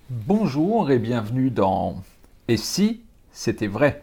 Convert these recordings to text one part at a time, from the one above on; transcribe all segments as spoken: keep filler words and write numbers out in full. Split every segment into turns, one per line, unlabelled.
Bonjour et bienvenue dans Et si c'était vrai?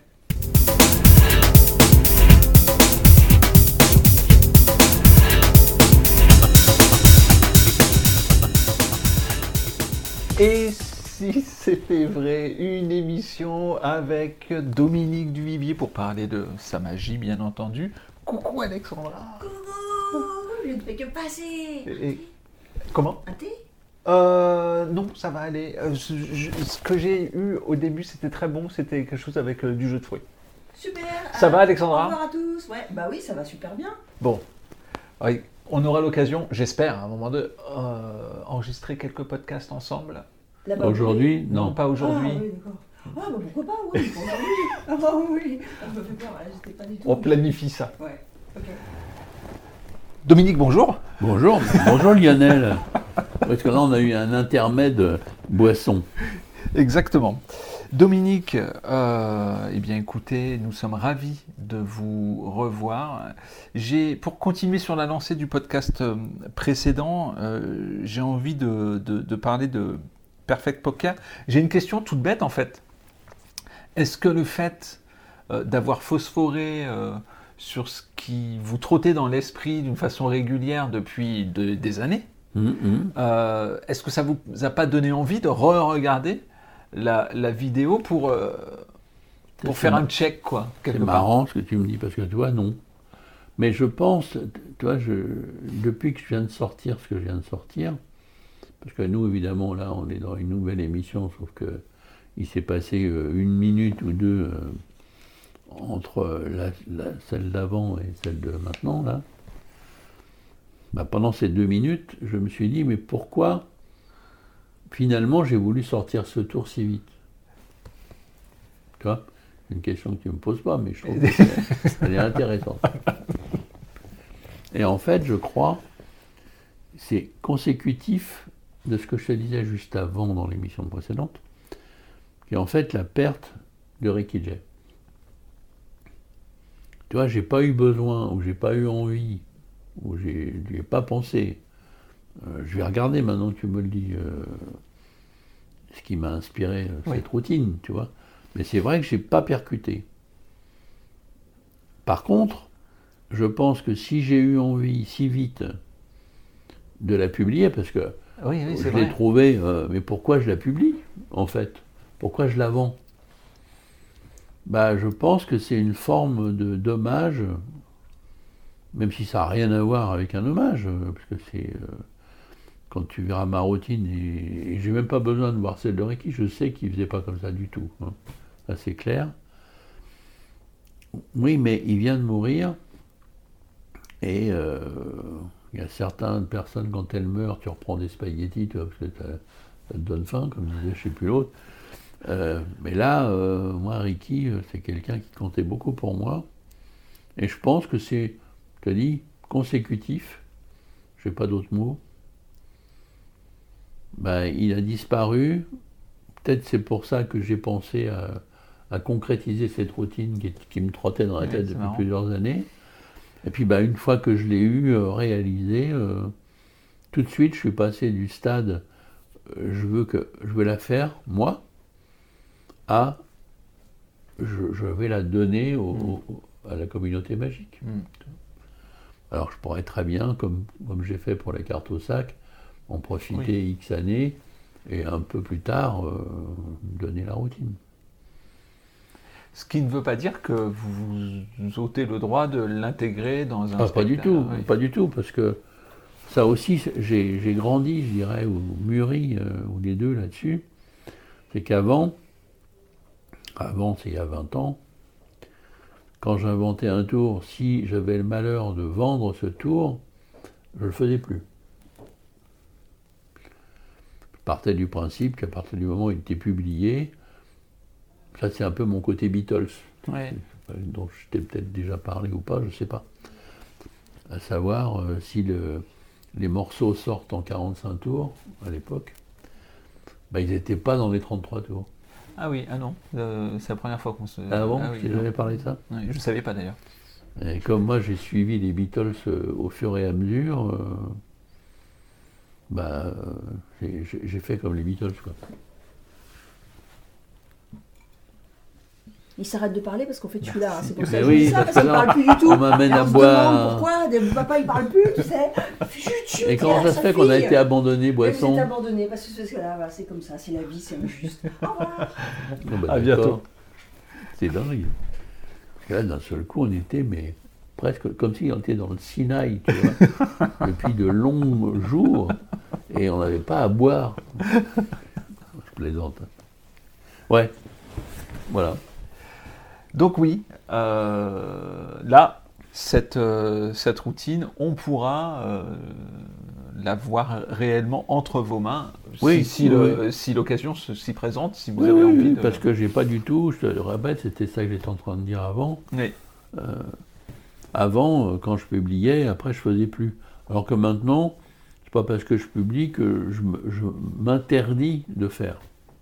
Et si c'était vrai, une émission avec Dominique Duvivier pour parler de sa magie, bien entendu. Coucou Alexandra.
Coucou, je ne fais que passer.
Et- Comment?
Un thé?
Euh, non, ça va aller. Euh, je- je- ce que j'ai eu au début, c'était très bon. C'était quelque chose avec euh, du jus de fruits.
Super.
Ça va, Alexandra?
Au revoir à tous. Ouais, bah oui, ça va super bien.
Bon, oui, on aura l'occasion, j'espère, à un moment de euh, enregistrer quelques podcasts ensemble.
Là-bas,
Aujourd'hui,
Non,
non.
pas aujourd'hui.
Ah oui, d'accord. Ah bah pourquoi pas, oui, pour aujourd'hui. Ah bah oui. Ah, ça me fait peur, là, j'étais pas du tout.
On planifie ça.
Ouais, ok.
Dominique, bonjour.
Bonjour, bonjour Lionel. Parce que là, on a eu un intermède boisson.
Exactement. Dominique, euh, eh bien écoutez, nous sommes ravis de vous revoir. J'ai, pour continuer sur la lancée du podcast euh, précédent, euh, j'ai envie de, de- de parler de Perfect Poker. J'ai une question toute bête en fait. Est-ce que le fait euh, d'avoir phosphoré euh, sur ce qui vous trottait dans l'esprit d'une façon régulière depuis de- des années,
Hum, hum.
euh, est-ce que ça vous a pas donné envie de re-regarder la, la vidéo pour, euh, pour
C'est
faire
mar-
un check, quoi,
C'est
quelque part.
marrant ce que tu me dis, parce que toi, non. Mais je pense, tu vois, je, depuis que je viens de sortir ce que je viens de sortir, parce que nous, évidemment, là, on est dans une nouvelle émission, sauf que il s'est passé euh, une minute ou deux euh, entre la, la- celle d'avant et celle de maintenant, là. Bah, pendant ces deux minutes, je me suis dit, mais pourquoi, finalement, j'ai voulu sortir ce tour si vite? Tu vois, c'est une question que tu ne me poses pas, mais je trouve qu'elle est intéressante. Et en fait, je crois, c'est consécutif de ce que je te disais juste avant dans l'émission précédente, qui est en fait la perte de Ricky Jay. Tu vois, j'ai pas eu besoin, ou j'ai pas eu envie, ou j'ai n'y ai pas pensé. Euh, je vais regarder maintenant que tu me le dis, euh, ce qui m'a inspiré euh,
Oui.
cette routine, tu vois. Mais c'est vrai que j'ai pas percuté. Par contre, je pense que si j'ai eu envie si vite de la publier, parce que
Oui, oui,
je
c'est
l'ai
vrai.
trouvée, euh, mais pourquoi je la publie, en fait? Pourquoi je la vends? Bah, je pense que c'est une forme de d'hommage, même si ça n'a rien à voir avec un hommage, euh, parce que c'est... euh, quand tu verras ma routine, et, et j'ai même pas besoin de voir celle de Ricky, je sais qu'il faisait pas comme ça du tout. Hein. Ça, c'est clair. Oui, mais il vient de mourir, et euh, il y a certaines personnes, quand elles meurent, tu reprends des spaghettis, tu vois, parce que ça, ça te donne faim, comme disait je sais plus l'autre. Euh, mais là, euh, moi, Ricky, euh, c'est quelqu'un qui comptait beaucoup pour moi, et je pense que c'est, je te dis, consécutif, je n'ai pas d'autres mots. Ben, il a disparu, peut-être c'est pour ça que j'ai pensé à, à concrétiser cette routine qui, qui me trottait dans la
Oui,
tête
c'est
depuis
marrant.
plusieurs années. Et puis ben, une fois que je l'ai eu euh, réalisé, euh, tout de suite je suis passé du stade euh, je veux que je veux la faire moi à je, je vais la donner au-
Mm.
au- à la communauté magique.
Mm.
Alors je pourrais très bien, comme, comme j'ai fait pour la carte au sac, en profiter
Oui.
X années et un peu plus tard euh, donner la routine.
Ce qui ne veut pas dire que vous vous ôtez le droit de l'intégrer dans un
Ah, pas du
spectacle.
tout,
Oui.
pas du tout, parce que ça aussi, c'est- j'ai j'ai grandi, je dirais, ou mûri, euh, ou les deux là-dessus. C'est qu'avant, avant c'est il y a vingt ans, quand j'inventais un tour, si j'avais le malheur de vendre ce tour, je le faisais plus. Je partais du principe qu'à partir du moment où il était publié, ça c'est un peu mon côté Beatles,
Ouais.
dont je t'ai peut-être déjà parlé ou pas, je ne sais pas. À savoir, euh, si le, les morceaux sortent en quarante-cinq tours, à l'époque, bah, ils n'étaient pas dans les trente-trois tours.
Ah oui, ah non, euh, c'est la première fois qu'on se...
Ah bon,
oui,
je t'ai
non.
jamais parlé de ça.
Oui, je ne savais pas d'ailleurs.
Et comme moi j'ai suivi les Beatles euh, au fur et à mesure, euh, bah, euh, j'ai- j'ai j'ai fait comme les Beatles, quoi.
Il s'arrête de parler parce qu'on fait celui-là.
Merci.
Hein. C'est pour ça
Mais
que
oui,
je dis ça,
parce
parce qu'il
que
ne
là,
parle plus du tout.
on m'amène
Et
à
on se
boire.
demande pourquoi des- papa il parle plus, tu sais. Chut, chut,
Et comment
dis à
ça se
sa
fait qu'on a
fille.
été abandonné,
Mais
Boisson?
Vous êtes abandonné parce que c'est, là, voilà, c'est comme ça, c'est la vie, c'est injuste. Au revoir.
Non, bah,
À
d'accord.
bientôt.
C'est dingue. Parce que là, d'un seul coup, on était, mais presque comme si on était dans le Sinaï, tu vois, depuis de longs jours, et on n'avait pas à boire. Je plaisante. Ouais, voilà.
Donc oui, euh, là, cette, euh, cette routine, on pourra euh, la voir réellement entre vos mains,
Oui,
si, si,
oui,
le- si l'occasion se- s'y présente, si vous
Oui,
avez
oui,
envie
oui,
de...
parce que j'ai pas du tout, je te le répète, c'était ça que j'étais en train de dire avant.
Oui.
Avant, euh, quand je publiais, après je faisais plus. Alors que maintenant, c'est pas parce que je publie que je, me- je m'interdis de faire.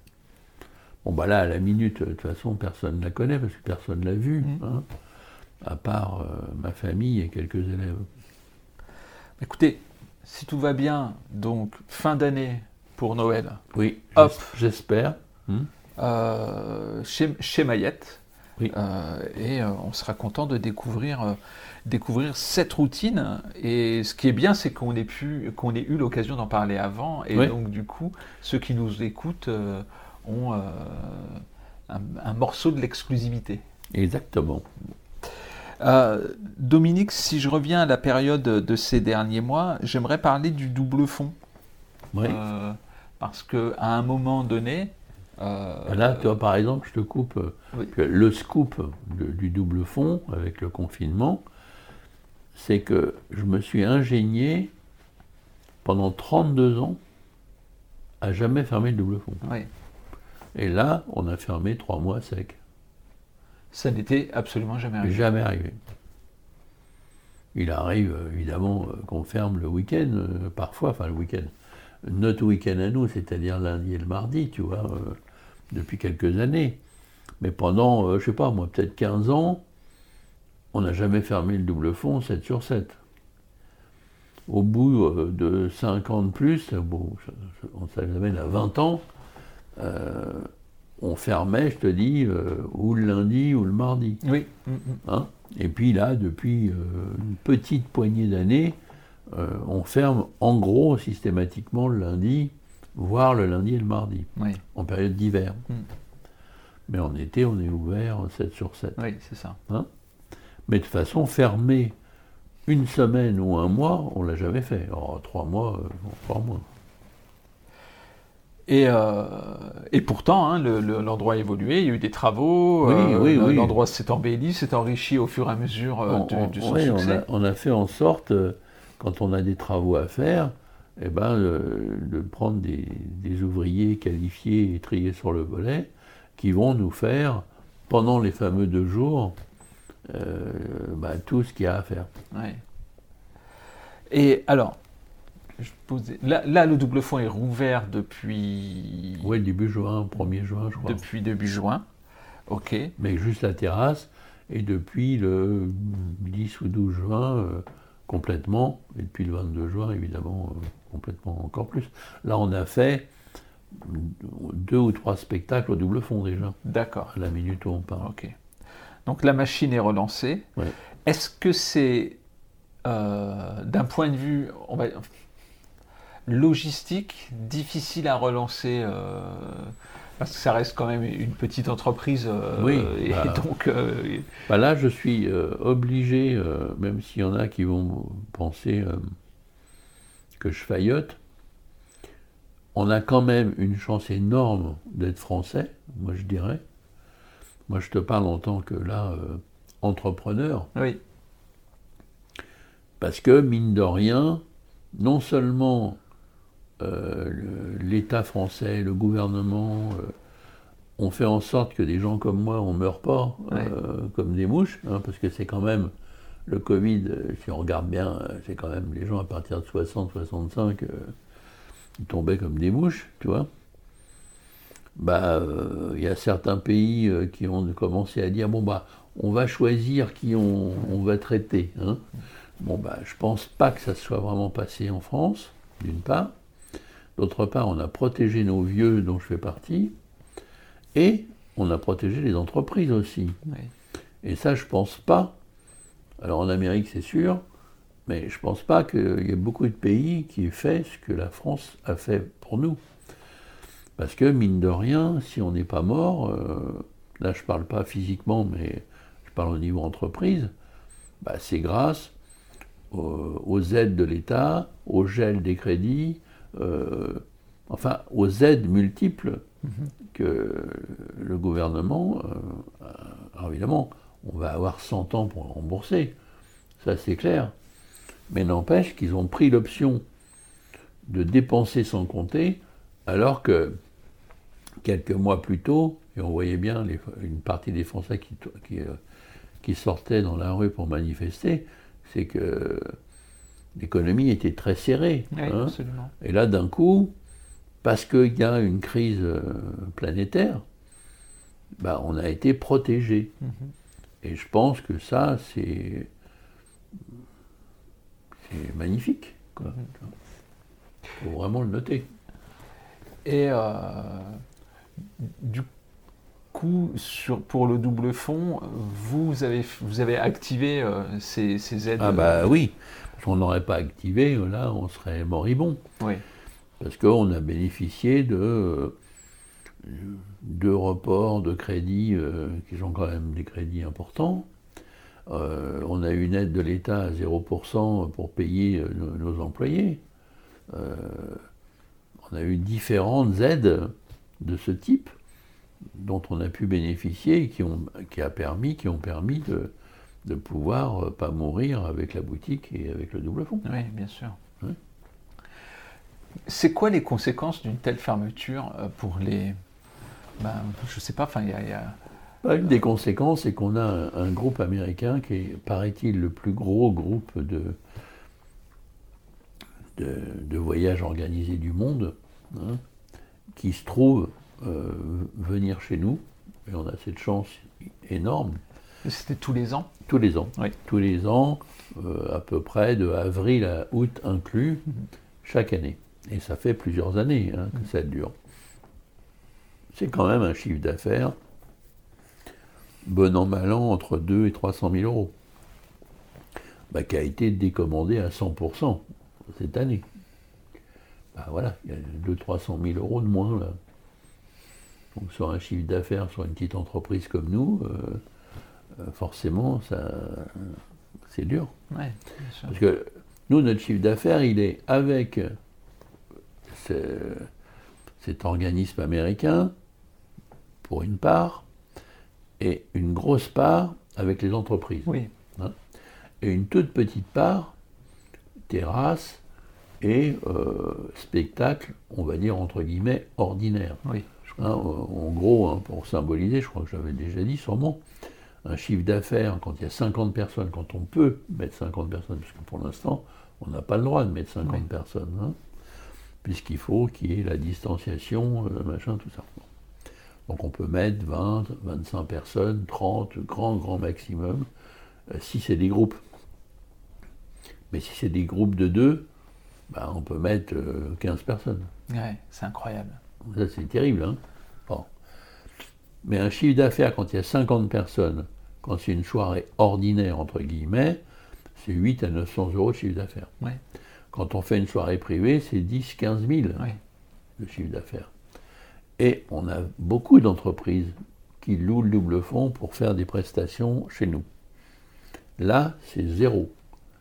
Bon bah là, à la minute, de toute façon, personne ne la connaît parce que personne ne l'a vue,
Mhm.
hein, à part euh, ma famille et quelques élèves.
Écoutez, si tout va bien, donc fin d'année pour Noël,
Oui,
Hop.
j'es- j'espère. Hmm.
euh, chez, chez Mayette,
Oui.
euh, et euh, on sera content de découvrir, euh, découvrir cette routine. Et ce qui est bien, c'est qu'on ait, pu, qu'on ait eu l'occasion d'en parler avant, et
Oui.
donc du coup, ceux qui nous écoutent euh, ont euh, un, un morceau de l'exclusivité.
Exactement.
Euh, Dominique, si je reviens à la période de ces derniers mois, j'aimerais parler du double fond.
Oui.
Euh, parce qu'à un moment donné... euh,
Là, tu vois, par exemple, je te coupe euh,
oui.
que le scoop de- du double fond avec le confinement, c'est que je me suis ingénié pendant trente-deux ans à jamais fermer le double fond.
oui.
Et là, on a fermé trois mois sec.
Ça n'était absolument jamais arrivé.
Jamais arrivé. Il arrive euh, évidemment euh, qu'on ferme le week-end, euh, parfois, enfin le week-end, notre week-end à nous, c'est-à-dire lundi et le mardi, tu vois, euh, depuis quelques années. Mais pendant, euh, je sais pas, moi, peut-être quinze ans, on n'a jamais fermé le double fond sept sur sept. Au bout euh, de cinq ans de plus, bon, ça, ça- ça nous amène à vingt ans, euh, on fermait, je te dis, euh, ou le lundi ou le mardi.
Oui. Mm, mm.
Hein. Et puis là, depuis euh, une petite poignée d'années, euh, on ferme en gros systématiquement le lundi, voire le lundi et le mardi,
Oui.
en période d'hiver.
Mm.
Mais en été, on est ouvert sept sur sept.
Oui, c'est ça.
Mais de façon fermée, une semaine ou un mois, on ne l'a jamais fait. Alors, trois mois, euh, encore moins.
Et, euh, et pourtant, hein, le- le- l'endroit a évolué, il y a eu des travaux,
Oui,
euh,
oui, oui.
l'endroit s'est embelli, s'est enrichi au fur et à mesure euh,
On-
de,
on-
de son
ouais, on,
succès.
a, on a fait en sorte, euh, quand on a des travaux à faire, eh ben, euh, de prendre des, des ouvriers qualifiés et triés sur le volet, qui vont nous faire, pendant les fameux deux jours, euh, bah, tout ce qu'il y a à faire.
Ouais. Et alors, je posais, là, là, le double fond est rouvert depuis,
Oui, début juin, premier juin, je crois.
depuis début juin. Ok.
Mais juste la terrasse, et depuis le dix ou douze juin, euh, complètement, et depuis le vingt-deux juin, évidemment, euh, complètement encore plus. Là, on a fait deux ou trois spectacles au double fond déjà,
D'accord.
à la minute où on parle.
Ok. Donc la machine est relancée.
Ouais.
Est-ce que c'est, euh, d'un point de vue, on va logistique, difficile à relancer euh, parce que ça reste quand même une petite entreprise. euh,
Oui,
et
bah.
donc. euh,
Bah là, je suis euh, obligé, euh, même s'il y en a qui vont penser euh, que je faillote, on a quand même une chance énorme d'être français, moi je dirais. Moi je te parle en tant que là, euh, entrepreneur,
oui.
parce que mine de rien, non seulement euh, le- l'État français, le gouvernement, euh, ont fait en sorte que des gens comme moi, on ne meurt pas euh,
Ouais.
comme des mouches, hein, parce que c'est quand même le Covid, euh, si on regarde bien, euh, c'est quand même les gens à partir de soixante, soixante-cinq, euh, ils tombaient comme des mouches, tu vois. Bah, euh, il y a certains pays euh, qui ont commencé à dire, bon bah, on va choisir qui on, on va traiter, hein. Bon, bah, je pense pas que ça se soit vraiment passé en France, d'une part. D'autre part, on a protégé nos vieux, dont je fais partie, et on a protégé les entreprises aussi.
Oui.
Et ça, je ne pense pas. Alors en Amérique, c'est sûr, mais je ne pense pas qu'il y ait beaucoup de pays qui aient fait ce que la France a fait pour nous. Parce que, mine de rien, si on n'est pas mort, euh, là je ne parle pas physiquement, mais je parle au niveau entreprise, bah, c'est grâce aux, aux aides de l'État, au gel des crédits, euh, enfin aux aides multiples mm-hmm. que le gouvernement, euh, alors évidemment, on va avoir cent ans pour le rembourser, ça c'est clair, mais n'empêche qu'ils ont pris l'option de dépenser sans compter, alors que quelques mois plus tôt, et on voyait bien les, une partie des Français qui, qui, qui sortaient dans la rue pour manifester, c'est que l'économie était très serrée.
Oui,
hein.
Absolument.
Et là, d'un coup, parce qu'il y a une crise planétaire, bah, on a été protégés. Mm-hmm. Et je pense que ça, c'est, c'est magnifique. Il mm-hmm. faut vraiment le noter.
Et euh, du coup, sur, pour le double fond, vous avez, vous avez activé euh, ces, ces aides.
Ah bah oui, si on n'aurait pas activé, là, on serait moribond.
Oui.
Parce qu'on a bénéficié de deux reports de crédits euh, qui sont quand même des crédits importants. Euh, on a eu une aide de l'État à zéro pour cent pour payer nos, nos employés. Euh, on a eu différentes aides de ce type dont on a pu bénéficier et qui ont, qui a permis, qui ont permis de, de pouvoir euh, pas mourir avec la boutique et avec le double fond.
Oui, bien sûr.
Oui.
C'est quoi les conséquences d'une telle fermeture pour les... Ben, je ne sais pas, enfin, il y a... Y a...
Bah, une des conséquences, c'est qu'on a un, un groupe américain qui est, paraît-il, le plus gros groupe de, de, de voyages organisés du monde, hein, qui se trouve euh, venir chez nous, et on a cette chance énorme.
C'était tous les ans ?
Tous les ans.
Oui.
Tous les ans, euh, à peu près de avril à août inclus, mmh. chaque année. Et ça fait plusieurs années hein, que mmh. ça dure. C'est quand même un chiffre d'affaires, bon an, mal an, entre deux et trois cent mille euros, bah, qui a été décommandé à cent pour cent cette année. Bah, voilà, il y a deux à trois cent mille euros de moins là. Donc sur un chiffre d'affaires, sur une petite entreprise comme nous, euh, euh, forcément, ça, c'est dur.
Ouais, bien sûr.
Parce que nous, notre chiffre d'affaires, il est avec ce, cet organisme américain, pour une part, et une grosse part avec les entreprises.
Oui.
Hein, et une toute petite part, terrasse et euh, spectacle, on va dire entre guillemets, ordinaire.
Oui.
Hein, en gros, hein, pour symboliser, je crois que j'avais déjà dit sûrement, un chiffre d'affaires, quand il y a cinquante personnes, quand on peut mettre cinquante personnes, parce que pour l'instant, on n'a pas le droit de mettre cinquante oui. personnes, hein, puisqu'il faut qu'il y ait la distanciation, euh, machin, tout ça. Donc on peut mettre vingt, vingt-cinq personnes, trente, grand, grand maximum, euh, si c'est des groupes. Mais si c'est des groupes de deux, bah, on peut mettre euh, quinze personnes.
Ouais, c'est incroyable.
Ça, c'est terrible, hein. Bon. Mais un chiffre d'affaires, quand il y a cinquante personnes, quand c'est une soirée ordinaire, entre guillemets, c'est huit à neuf cents euros de chiffre d'affaires.
Ouais.
Quand on fait une soirée privée, c'est dix à quinze mille
ouais.
de chiffre d'affaires. Et on a beaucoup d'entreprises qui louent le double fond pour faire des prestations chez nous. Là, c'est zéro.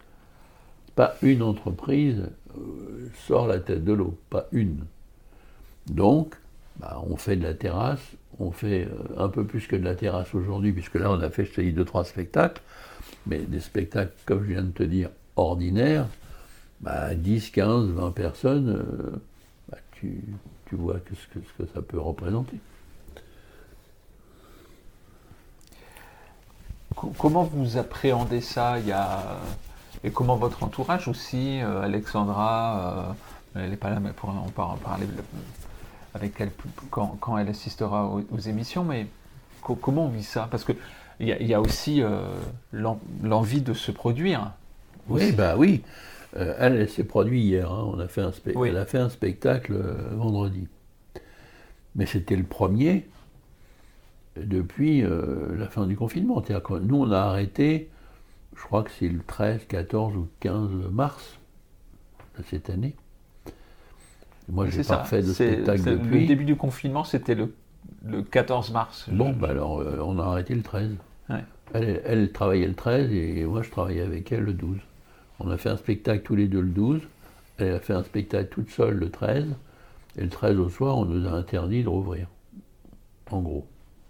Pas une entreprise euh, sort la tête de l'eau, pas une. Donc, bah, on fait de la terrasse, on fait euh, un peu plus que de la terrasse aujourd'hui, puisque là, on a fait, je te dis, deux, trois spectacles, mais des spectacles, comme je viens de te dire, ordinaires, bah, dix, quinze, vingt personnes, euh, bah, tu, tu vois que ce, que ce que ça peut représenter.
Comment vous appréhendez ça ? Il y a... Et comment votre entourage aussi, euh, Alexandra, euh, elle n'est pas là, mais pour, on peut en parler avec elle quand, quand elle assistera aux, aux émissions, mais co- comment on vit ça ? Parce qu'il y, y a aussi euh, l'en, l'envie de se produire.
Oui,
aussi.
bah oui. Euh, elle, elle s'est produite hier. Hein. On a fait un spe-
oui.
Elle a fait un spectacle euh, vendredi. Mais c'était le premier. depuis euh, la fin du confinement. C'est-à-dire que nous, on a arrêté, je crois que c'est le treize, quatorze ou quinze mars de cette année. Moi, j'ai pas refait de
c'est,
spectacle
c'est,
depuis.
Le début du confinement, c'était le, le quatorze mars.
Bon,
je...
bah alors, euh, on a arrêté le treize.
Ouais.
Elle, elle travaillait le treize et moi, je travaillais avec elle le douze. On a fait un spectacle tous les deux le douze. Elle a fait un spectacle toute seule le treize. Et le treize au soir, on nous a interdit de rouvrir. En gros.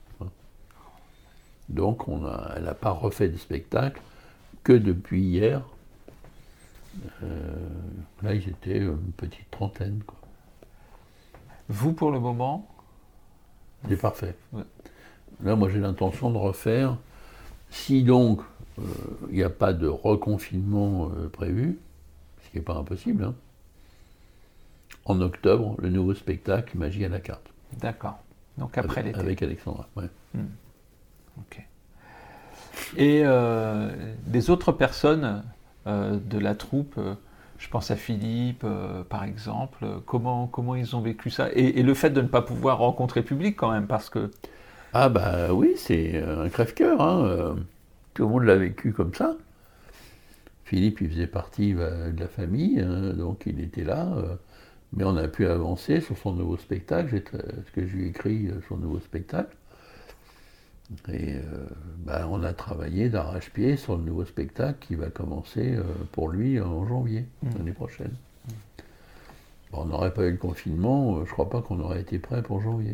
Donc, on a, elle n'a pas refait de spectacle que depuis hier. Euh, là, ils étaient une petite trentaine, quoi.
Vous, pour le moment?
C'est parfait.
Ouais.
Là, moi, j'ai l'intention de refaire. Si donc, il euh, n'y a pas de reconfinement euh, prévu, ce qui n'est pas impossible, hein, en octobre, le nouveau spectacle Magie à la carte.
D'accord. Donc après
avec,
l'été.
Avec Alexandra, ouais.
Hmm. Ok. Et euh, des autres personnes euh, de la troupe, euh, je pense à Philippe, euh, par exemple, euh, comment, comment ils ont vécu ça et, et le fait de ne pas pouvoir rencontrer public quand même, parce que...
Ah bah oui, c'est un crève-cœur, hein. euh, tout le monde l'a vécu comme ça. Philippe, il faisait partie bah, de la famille, hein, donc il était là, euh, mais on a pu avancer sur son nouveau spectacle, j'ai, ce que je lui ai écrit, euh, son nouveau spectacle. Et euh, bah, on a travaillé d'arrache-pied sur le nouveau spectacle qui va commencer euh, pour lui en janvier, mmh. l'année prochaine. Mmh. Bon, on n'aurait pas eu le confinement, euh, je crois pas qu'on aurait été prêt pour janvier.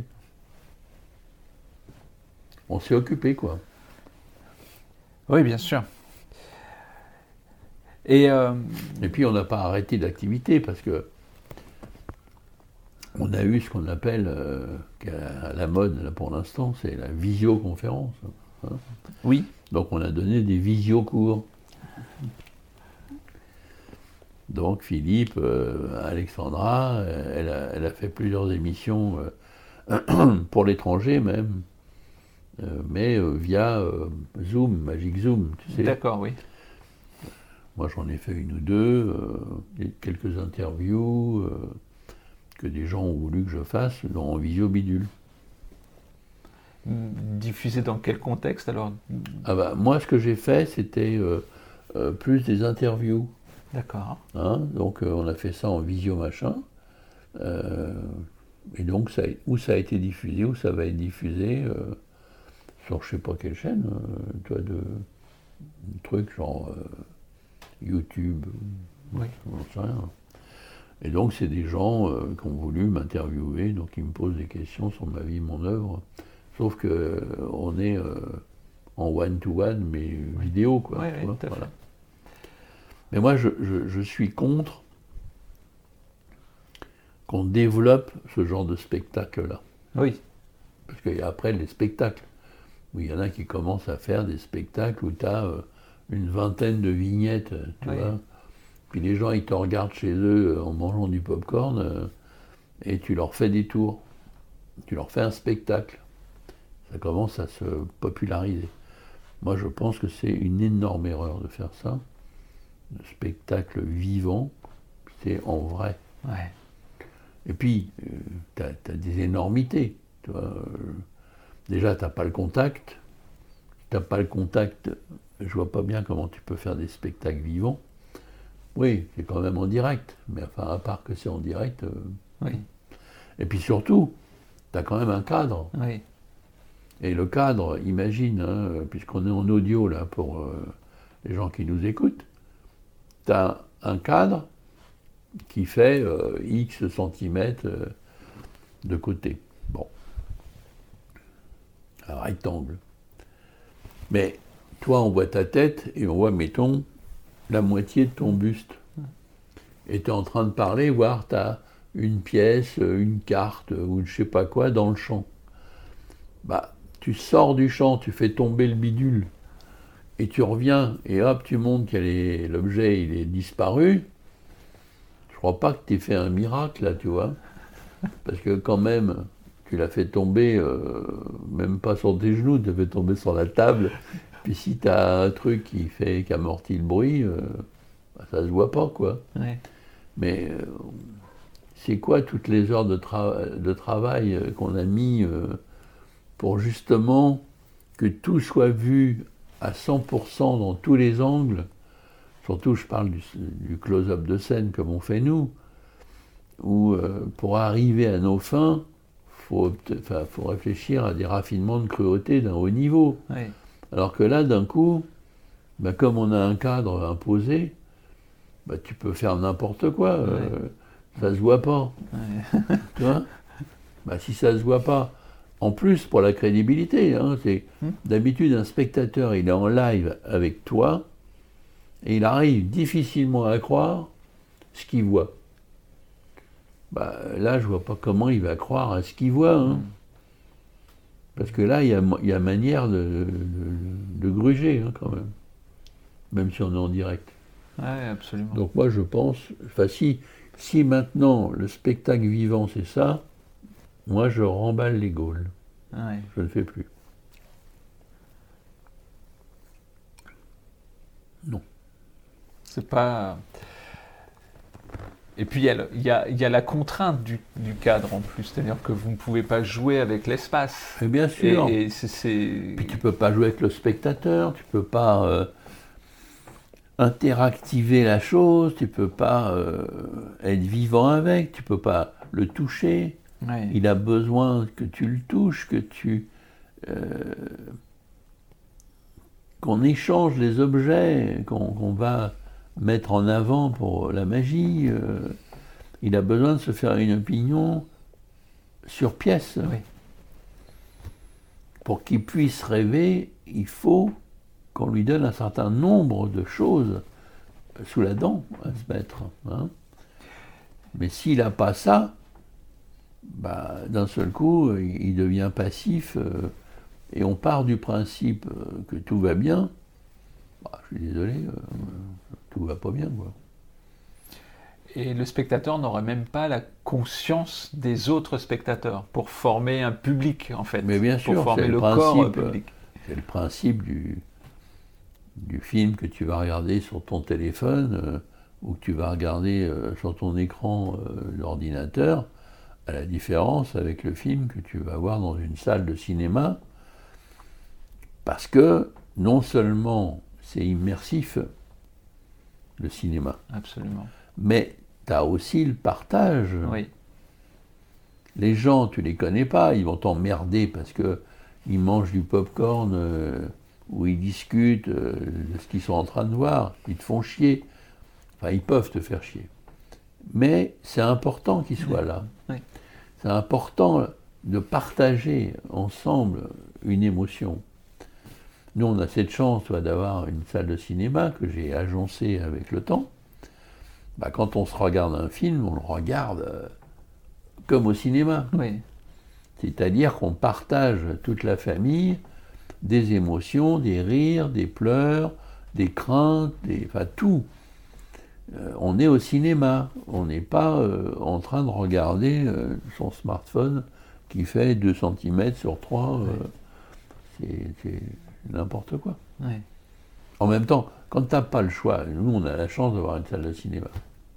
On s'est occupé, quoi.
Oui, bien sûr. Et, euh...
Et puis on n'a pas arrêté d'activité parce que on a eu ce qu'on appelle, euh, à la mode là, pour l'instant, c'est la visioconférence. Hein.
Oui.
Donc on a donné des visiocours. Donc Philippe, euh, Alexandra, elle a, elle a fait plusieurs émissions euh, pour l'étranger même, euh, mais euh, via euh, Zoom, Magic Zoom, tu sais.
D'accord, oui.
Moi j'en ai fait une ou deux, euh, quelques interviews euh, que des gens ont voulu que je fasse en visio bidule.
Diffusé dans quel contexte alors?
Ah bah, moi ce que j'ai fait c'était euh, euh, plus des interviews.
D'accord.
Hein, donc euh, on a fait ça en visio machin. Euh, et donc ça, où ça a été diffusé, où ça va être diffusé euh, sur je sais pas quelle chaîne, euh, toi, de, de trucs genre euh, YouTube,
oui.
j'en sais rien. Et donc c'est des gens euh, qui ont voulu m'interviewer, donc ils me posent des questions sur ma vie, mon œuvre. Sauf que euh, on est euh, en one-to-one, mais oui. vidéo, quoi.
Oui,
tu
oui,
vois, voilà. Mais moi, je, je, je suis contre qu'on développe ce genre de spectacle-là.
Oui.
Parce qu'il y a après les spectacles, où il y en a qui commencent à faire des spectacles où tu as euh, une vingtaine de vignettes, tu oui. vois. Puis les gens, ils te regardent chez eux en mangeant du popcorn, euh, et tu leur fais des tours. Tu leur fais un spectacle. Ça commence à se populariser. Moi, je pense que c'est une énorme erreur de faire ça. Le spectacle vivant, c'est en vrai.
Ouais.
Et puis, euh, tu as des énormités. Tu vois, euh, déjà, tu n'as pas le contact. Tu n'as pas le contact, je vois pas bien comment tu peux faire des spectacles vivants. Oui, c'est quand même en direct. Mais enfin, à part que c'est en direct. Euh...
Oui.
Et puis surtout, tu as quand même un cadre.
Oui.
Et le cadre, imagine, hein, puisqu'on est en audio là pour euh, les gens qui nous écoutent, tu as un cadre qui fait euh, X centimètres euh, de côté. Bon. Un rectangle. Mais toi, on voit ta tête et on voit, mettons, la moitié de ton buste. Et tu es en train de parler, voire tu as une pièce, une carte ou je sais pas quoi dans le champ. Bah, tu sors du champ, tu fais tomber le bidule, et tu reviens, et hop, tu montres que l'objet, il est disparu. Je crois pas que tu aies fait un miracle, là, tu vois. Parce que quand même, tu l'as fait tomber, euh, même pas sur tes genoux, tu l'as fait tomber sur la table. Puis si tu as un truc qui fait, qui amortit le bruit, euh, bah, ça se voit pas, quoi.
Ouais.
Mais euh, c'est quoi toutes les heures de, tra- de travail qu'on a mis euh, pour justement que tout soit vu à cent pour cent dans tous les angles, surtout je parle du, du close-up de scène comme on fait nous, où euh, pour arriver à nos fins, il faut, enfin, faut réfléchir à des raffinements de cruauté d'un haut niveau.
Oui.
Alors que là, d'un coup, ben, comme on a un cadre imposé, ben, tu peux faire n'importe quoi, euh,
Ouais.
ça se voit pas.
Ouais.
Tu vois, ben, si ça se voit pas, en plus pour la crédibilité, hein, c'est
Hmm.
d'habitude un spectateur il est en live avec toi et il arrive difficilement à croire ce qu'il voit. Ben, là je vois pas comment il va croire à ce qu'il voit, hein.
Hmm.
Parce que là il y a, il y a manière de, de, de gruger, hein, quand même, même si on est en direct.
Ouais, absolument.
Donc moi je pense, enfin si, si maintenant le spectacle vivant c'est ça, moi je remballe les Gaules.
Ouais.
Je ne fais plus. Non.
C'est pas. Et puis il y a, le- il y a- il y a la contrainte du, du cadre en plus, c'est-à-dire que vous ne pouvez pas jouer avec l'espace.
Mais bien sûr.
Et, et c'est, c'est-
Puis tu peux pas jouer avec le spectateur, tu peux pas euh, interactiver la chose, tu peux pas euh, être vivant avec, tu peux pas le toucher.
Ouais.
Il a besoin que tu le touches, que tu euh, qu'on échange les objets, qu'on, qu'on va mettre en avant pour la magie. Euh, il a besoin de se faire une opinion sur pièce.
Oui.
Pour qu'il puisse rêver, il faut qu'on lui donne un certain nombre de choses sous la dent à se mettre, hein. Mais s'il n'a pas ça, bah, d'un seul coup, il, il devient passif euh, et on part du principe euh, que tout va bien. Bah, je suis désolé, euh, tout va pas bien, quoi.
Et le spectateur n'aurait même pas la conscience des autres spectateurs pour former un public, en fait.
Mais bien sûr,
pour former
c'est
le,
le
corps
principe,
public.
C'est le principe du, du film que tu vas regarder sur ton téléphone euh, ou que tu vas regarder euh, sur ton écran euh, d'ordinateur, à la différence avec le film que tu vas voir dans une salle de cinéma, parce que non seulement c'est immersif, le cinéma,
Absolument.
mais tu as aussi le partage.
Oui.
Les gens, tu les connais pas, ils vont t'emmerder parce que ils mangent du popcorn euh, ou ils discutent euh, de ce qu'ils sont en train de voir, ils te font chier. Enfin, ils peuvent te faire chier. Mais c'est important qu'ils soient là.
Oui.
C'est important de partager ensemble une émotion. Nous, on a cette chance, toi, d'avoir une salle de cinéma que j'ai agencée avec le temps. Bah, quand on se regarde un film, on le regarde euh, comme au cinéma.
Oui.
C'est-à-dire qu'on partage toute la famille des émotions, des rires, des pleurs, des craintes, des, enfin tout. Euh, on est au cinéma, on n'est pas euh, en train de regarder euh, son smartphone qui fait deux centimètres sur trois. Euh, c'est, c'est n'importe quoi.
Oui.
En même temps, quand tu n'as pas le choix, nous on a la chance d'avoir une salle de cinéma.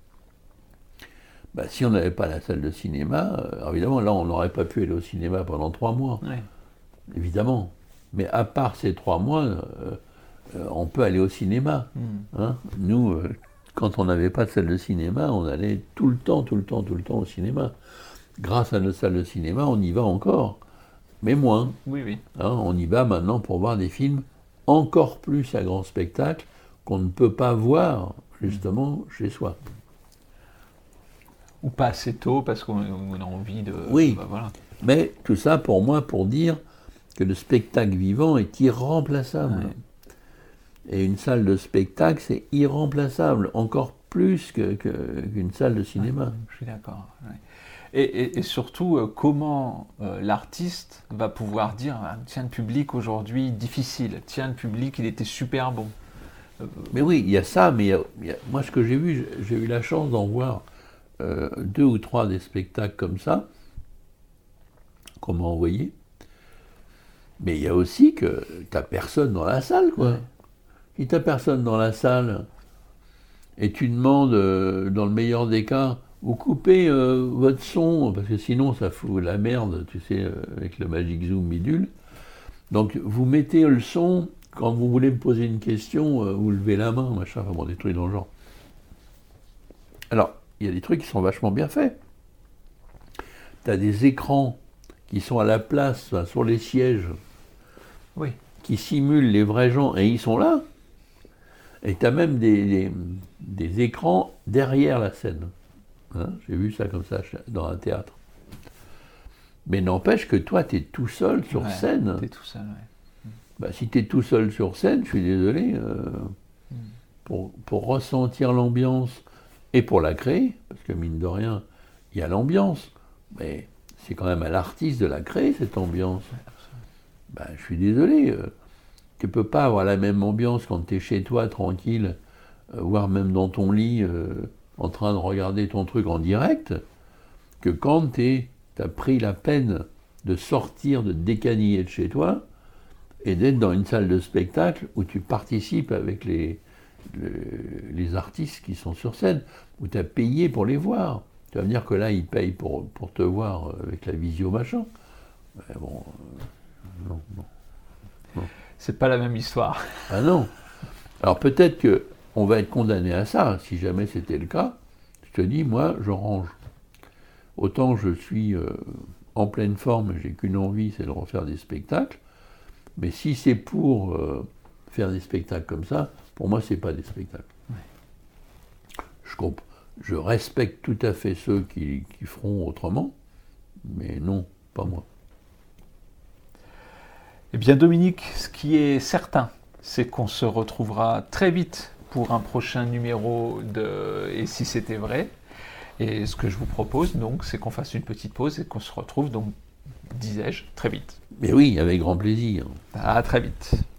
Bah, si on n'avait pas la salle de cinéma, euh, alors évidemment là on n'aurait pas pu aller au cinéma pendant trois mois,
Oui.
évidemment. Mais à part ces trois mois, euh, euh, on peut aller au cinéma,
Mm.
hein. Nous, euh, quand on n'avait pas de salle de cinéma, on allait tout le temps, tout le temps, tout le temps au cinéma. Grâce à notre salle de cinéma, on y va encore, mais moins,
Oui, oui.
hein. On y va maintenant pour voir des films encore plus à grand spectacle qu'on ne peut pas voir justement chez soi.
Ou pas assez tôt parce qu'on on a envie de.
Oui.
Bah, voilà.
Mais tout ça pour moi pour dire que le spectacle vivant est irremplaçable.
Ouais.
Et une salle de spectacle, c'est irremplaçable, encore plus que, que- qu'une salle de cinéma.
Ouais, je suis d'accord. Ouais. Et, et- et surtout, euh, comment euh, l'artiste va pouvoir dire ah, tiens, le public aujourd'hui difficile, tiens, le public il était super bon. Euh,
Mais oui, il y a ça, mais il y a- il y a- moi ce que j'ai vu, j'ai- j'ai eu la chance d'en voir euh, deux ou trois des spectacles comme ça, qu'on m'a envoyé. Mais il y a aussi que t'as personne dans la salle, quoi.
Ouais.
Si t'as personne dans la salle, et tu demandes, euh, dans le meilleur des cas, vous coupez euh, votre son, parce que sinon ça fout la merde, tu sais, euh, avec le Magic Zoom bidule. Donc vous mettez le son, quand vous voulez me poser une question, euh, vous levez la main, machin, enfin bon, des trucs dans le genre. Alors, il y a des trucs qui sont vachement bien faits. Tu as des écrans qui sont à la place, enfin, sur les sièges,
Oui.
qui simulent les vrais gens, et ils sont là. Et tu as même des, des, des écrans derrière la scène. Hein, j'ai vu ça comme ça dans un théâtre. Mais n'empêche que toi, tu es tout seul sur
Ouais,
scène.
T'es tout seul, ouais.
Bah, si tu es tout seul sur scène, je suis désolé, euh,
Mm.
pour, pour ressentir l'ambiance et pour la créer, parce que mine de rien, il y a l'ambiance, mais c'est quand même à l'artiste de la créer, cette ambiance. Bah, je suis désolé, euh, tu ne peux pas avoir la même ambiance quand tu es chez toi, tranquille, euh, voire même dans ton lit, euh, en train de regarder ton truc en direct, que quand tu as pris la peine de sortir, de te décaniller de chez toi, et d'être dans une salle de spectacle où tu participes avec les, les, les artistes qui sont sur scène, où tu as payé pour les voir. Tu vas me dire que là, ils payent pour, pour te voir avec la visio machin. Mais bon, euh, non, non, non.
C'est pas la même histoire.
Ah non. Alors peut-être qu'on va être condamné à ça, si jamais c'était le cas. Je te dis, moi, je range. Autant je suis euh, en pleine forme, j'ai qu'une envie, c'est de refaire des spectacles. Mais si c'est pour euh, faire des spectacles comme ça, pour moi, c'est pas des spectacles.
Ouais.
Je, comp- je respecte tout à fait ceux qui, qui feront autrement, mais non, pas moi.
Eh bien, Dominique, ce qui est certain, c'est qu'on se retrouvera très vite pour un prochain numéro de Et si c'était vrai. Et ce que je vous propose, donc, c'est qu'on fasse une petite pause et qu'on se retrouve, donc, disais-je, très vite.
Mais oui, avec grand plaisir.
À très vite.